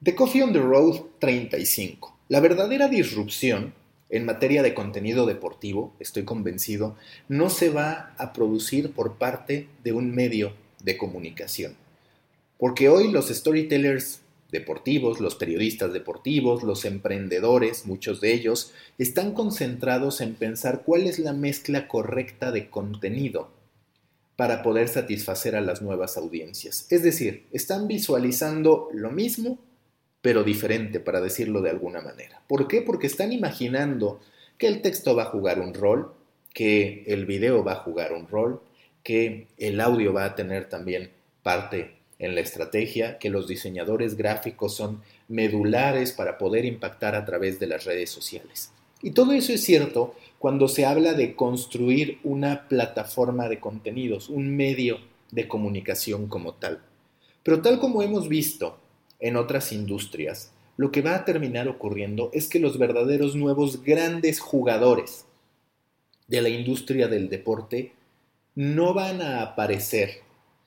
The Coffee on the Road 35. La verdadera disrupción en materia de contenido deportivo, estoy convencido, no se va a producir por parte de un medio de comunicación. Porque hoy los storytellers deportivos, los periodistas deportivos, los emprendedores, muchos de ellos, están concentrados en pensar cuál es la mezcla correcta de contenido para poder satisfacer a las nuevas audiencias. Es decir, están visualizando lo mismo, pero diferente, para decirlo de alguna manera. ¿Por qué? Porque están imaginando que el texto va a jugar un rol, que el video va a jugar un rol, que el audio va a tener también parte en la estrategia, que los diseñadores gráficos son medulares para poder impactar a través de las redes sociales. Y todo eso es cierto cuando se habla de construir una plataforma de contenidos, un medio de comunicación como tal. Pero tal como hemos visto en otras industrias, lo que va a terminar ocurriendo es que los verdaderos nuevos grandes jugadores de la industria del deporte no van a aparecer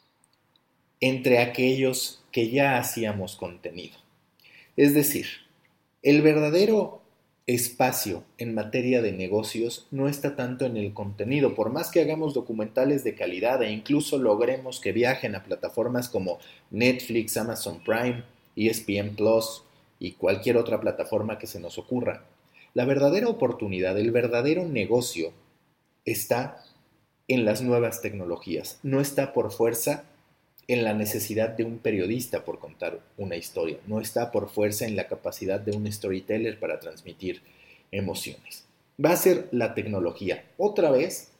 entre aquellos que ya hacíamos contenido. Es decir, el verdadero espacio en materia de negocios no está tanto en el contenido, por más que hagamos documentales de calidad e incluso logremos que viajen a plataformas como Netflix, Amazon Prime, ESPN Plus y cualquier otra plataforma que se nos ocurra. La verdadera oportunidad, el verdadero negocio está en las nuevas tecnologías, no está por fuerza en la necesidad de un periodista por contar una historia, no está por fuerza en la capacidad de un storyteller para transmitir emociones. Va a ser la tecnología, otra vez,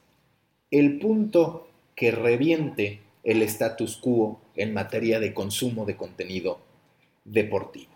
el punto que reviente el status quo en materia de consumo de contenido deportivo.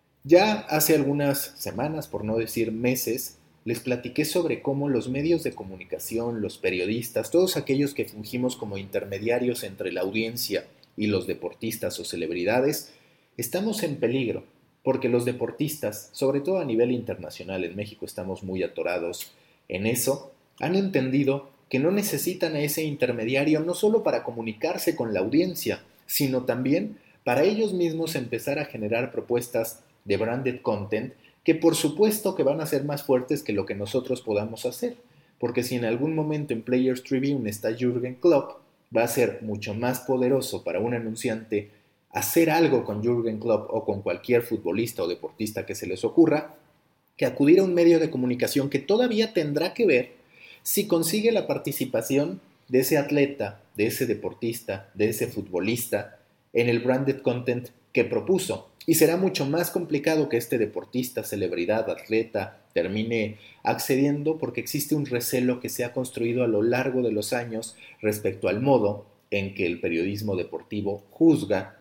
Ya hace algunas semanas, por no decir meses, les platiqué sobre cómo los medios de comunicación, los periodistas, todos aquellos que fungimos como intermediarios entre la audiencia y los deportistas o celebridades, estamos en peligro, porque los deportistas, sobre todo a nivel internacional, en México estamos muy atorados en eso, han entendido que no necesitan a ese intermediario no solo para comunicarse con la audiencia, sino también para ellos mismos empezar a generar propuestas de branded content que por supuesto que van a ser más fuertes que lo que nosotros podamos hacer, porque si en algún momento en Players Tribune está Jürgen Klopp, va a ser mucho más poderoso para un anunciante hacer algo con Jürgen Klopp o con cualquier futbolista o deportista que se les ocurra, que acudir a un medio de comunicación que todavía tendrá que ver si consigue la participación de ese atleta, de ese deportista, de ese futbolista en el branded content que propuso. Y será mucho más complicado que este deportista, celebridad, atleta, termine accediendo porque existe un recelo que se ha construido a lo largo de los años respecto al modo en que el periodismo deportivo juzga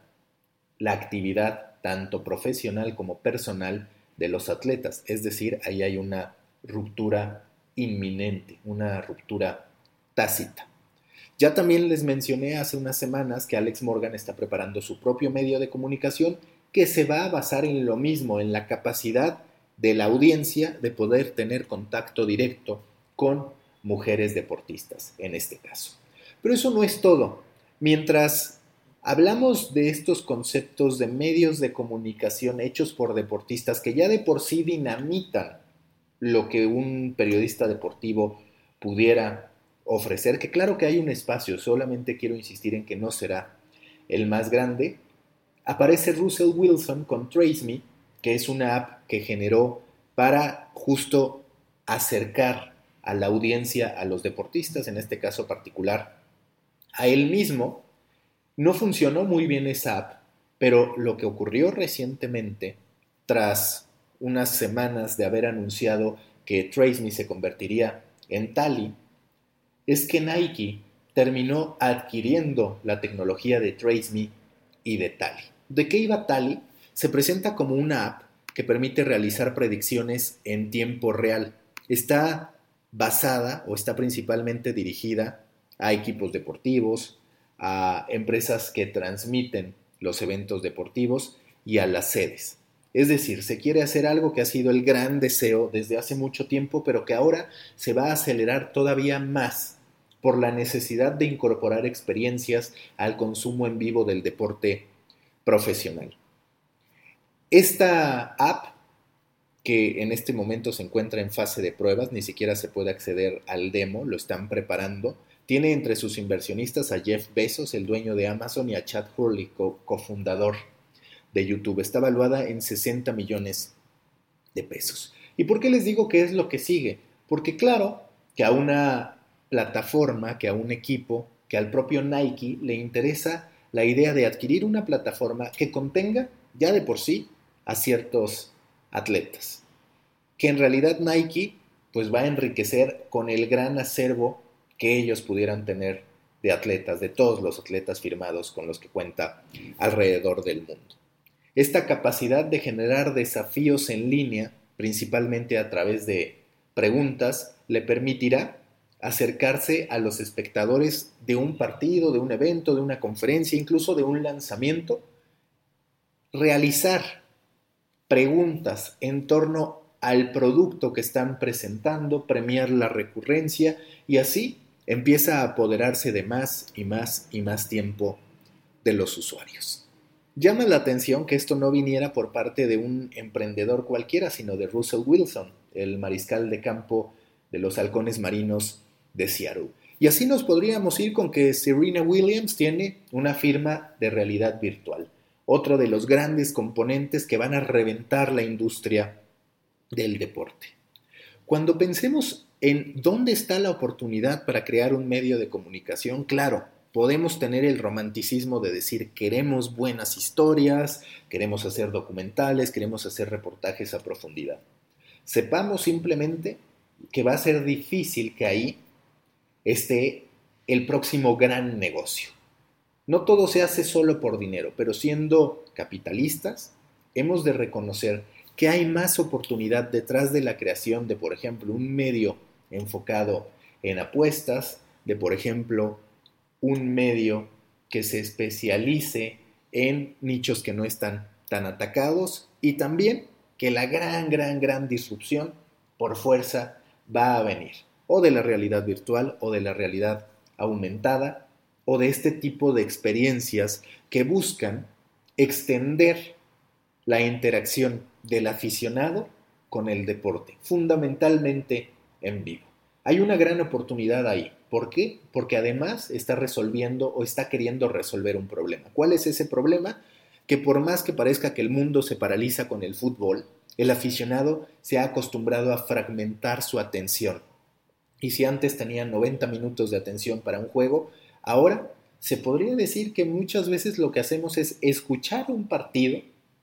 la actividad tanto profesional como personal de los atletas. Es decir, ahí hay una ruptura inminente, una ruptura tácita. Ya también les mencioné hace unas semanas que Alex Morgan está preparando su propio medio de comunicación que se va a basar en lo mismo, en la capacidad de la audiencia de poder tener contacto directo con mujeres deportistas, en este caso. Pero eso no es todo. Mientras hablamos de estos conceptos de medios de comunicación hechos por deportistas que ya de por sí dinamitan lo que un periodista deportivo pudiera ofrecer, que claro que hay un espacio, solamente quiero insistir en que no será el más grande, aparece Russell Wilson con Trace Me, que es una app que generó para justo acercar a la audiencia, a los deportistas, en este caso particular, a él mismo. No funcionó muy bien esa app, pero lo que ocurrió recientemente, tras unas semanas de haber anunciado que Trace Me se convertiría en Tally, es que Nike terminó adquiriendo la tecnología de Trace Me y de Tally. ¿De qué iba Tally? Se presenta como una app que permite realizar predicciones en tiempo real. Está basada o está principalmente dirigida a equipos deportivos, a empresas que transmiten los eventos deportivos y a las sedes. Es decir, se quiere hacer algo que ha sido el gran deseo desde hace mucho tiempo, pero que ahora se va a acelerar todavía más por la necesidad de incorporar experiencias al consumo en vivo del deporte profesional. Esta app, que en este momento se encuentra en fase de pruebas, ni siquiera se puede acceder al demo, lo están preparando. Tiene entre sus inversionistas a Jeff Bezos, el dueño de Amazon, y a Chad Hurley, cofundador de YouTube. Está valuada en 60 millones de pesos. ¿Y por qué les digo que es lo que sigue? Porque claro que a una plataforma, que a un equipo, que al propio Nike le interesa la idea de adquirir una plataforma que contenga ya de por sí a ciertos atletas, que en realidad Nike pues va a enriquecer con el gran acervo que ellos pudieran tener de atletas, de todos los atletas firmados con los que cuenta alrededor del mundo. Esta capacidad de generar desafíos en línea, principalmente a través de preguntas, le permitirá acercarse a los espectadores de un partido, de un evento, de una conferencia, incluso de un lanzamiento, realizar preguntas en torno al producto que están presentando, premiar la recurrencia y así empieza a apoderarse de más y más y más tiempo de los usuarios. Llama la atención que esto no viniera por parte de un emprendedor cualquiera, sino de Russell Wilson, el mariscal de campo de los halcones marinos de Seattle. Y así nos podríamos ir con que Serena Williams tiene una firma de realidad virtual, otro de los grandes componentes que van a reventar la industria del deporte. Cuando pensemos en dónde está la oportunidad para crear un medio de comunicación, claro, podemos tener el romanticismo de decir queremos buenas historias, queremos hacer documentales, queremos hacer reportajes a profundidad. Sepamos simplemente que va a ser difícil que ahí esté el próximo gran negocio. No todo se hace solo por dinero, pero siendo capitalistas, hemos de reconocer que hay más oportunidad detrás de la creación de, por ejemplo, un medio enfocado en apuestas, de, por ejemplo, un medio que se especialice en nichos que no están tan atacados y también que la gran disrupción por fuerza va a venir o de la realidad virtual o de la realidad aumentada o de este tipo de experiencias que buscan extender la interacción del aficionado con el deporte, fundamentalmente en vivo. Hay una gran oportunidad ahí. ¿Por qué? Porque además está resolviendo o está queriendo resolver un problema. ¿Cuál es ese problema? Que por más que parezca que el mundo se paraliza con el fútbol, el aficionado se ha acostumbrado a fragmentar su atención. Y si antes tenía 90 minutos de atención para un juego, ahora se podría decir que muchas veces lo que hacemos es escuchar un partido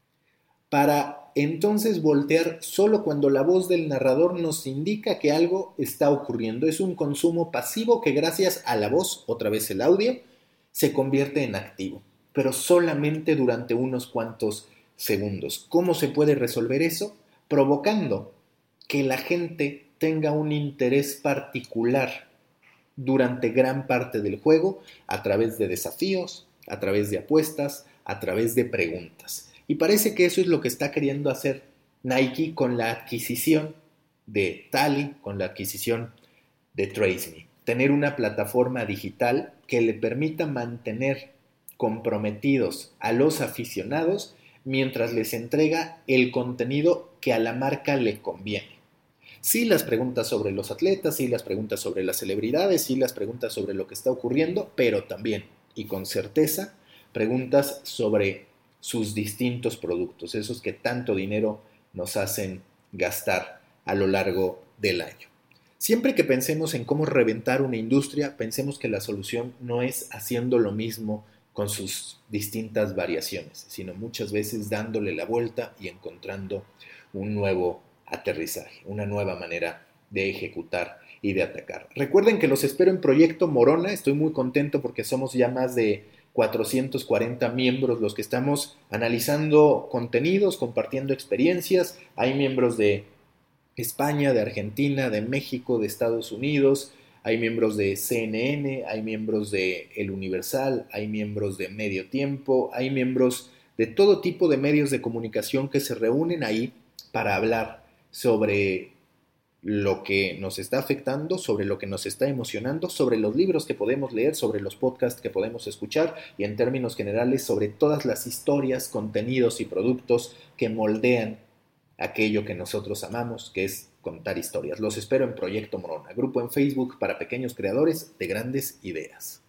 para entonces voltear solo cuando la voz del narrador nos indica que algo está ocurriendo. Es un consumo pasivo que gracias a la voz, otra vez el audio, se convierte en activo, pero solamente durante unos cuantos segundos. ¿Cómo se puede resolver eso? Provocando que la gente tenga un interés particular durante gran parte del juego a través de desafíos, a través de apuestas, a través de preguntas. Y parece que eso es lo que está queriendo hacer Nike con la adquisición de Tally, con la adquisición de TraceMe. Tener una plataforma digital que le permita mantener comprometidos a los aficionados mientras les entrega el contenido que a la marca le conviene. Sí, las preguntas sobre los atletas, sí, las preguntas sobre las celebridades, sí, las preguntas sobre lo que está ocurriendo, pero también, y con certeza, preguntas sobre sus distintos productos, esos que tanto dinero nos hacen gastar a lo largo del año. Siempre que pensemos en cómo reventar una industria, pensemos que la solución no es haciendo lo mismo con sus distintas variaciones, sino muchas veces dándole la vuelta y encontrando un nuevo aterrizaje, una nueva manera de ejecutar y de atacar. Recuerden que los espero en Proyecto Morona, estoy muy contento porque somos ya más de 440 miembros los que estamos analizando contenidos, compartiendo experiencias, hay miembros de España, de Argentina, de México, de Estados Unidos, hay miembros de CNN, hay miembros de El Universal, hay miembros de Medio Tiempo, hay miembros de todo tipo de medios de comunicación que se reúnen ahí para hablar sobre lo que nos está afectando, sobre lo que nos está emocionando, sobre los libros que podemos leer, sobre los podcasts que podemos escuchar y en términos generales sobre todas las historias, contenidos y productos que moldean aquello que nosotros amamos, que es contar historias. Los espero en Proyecto Morona, grupo en Facebook para pequeños creadores de grandes ideas.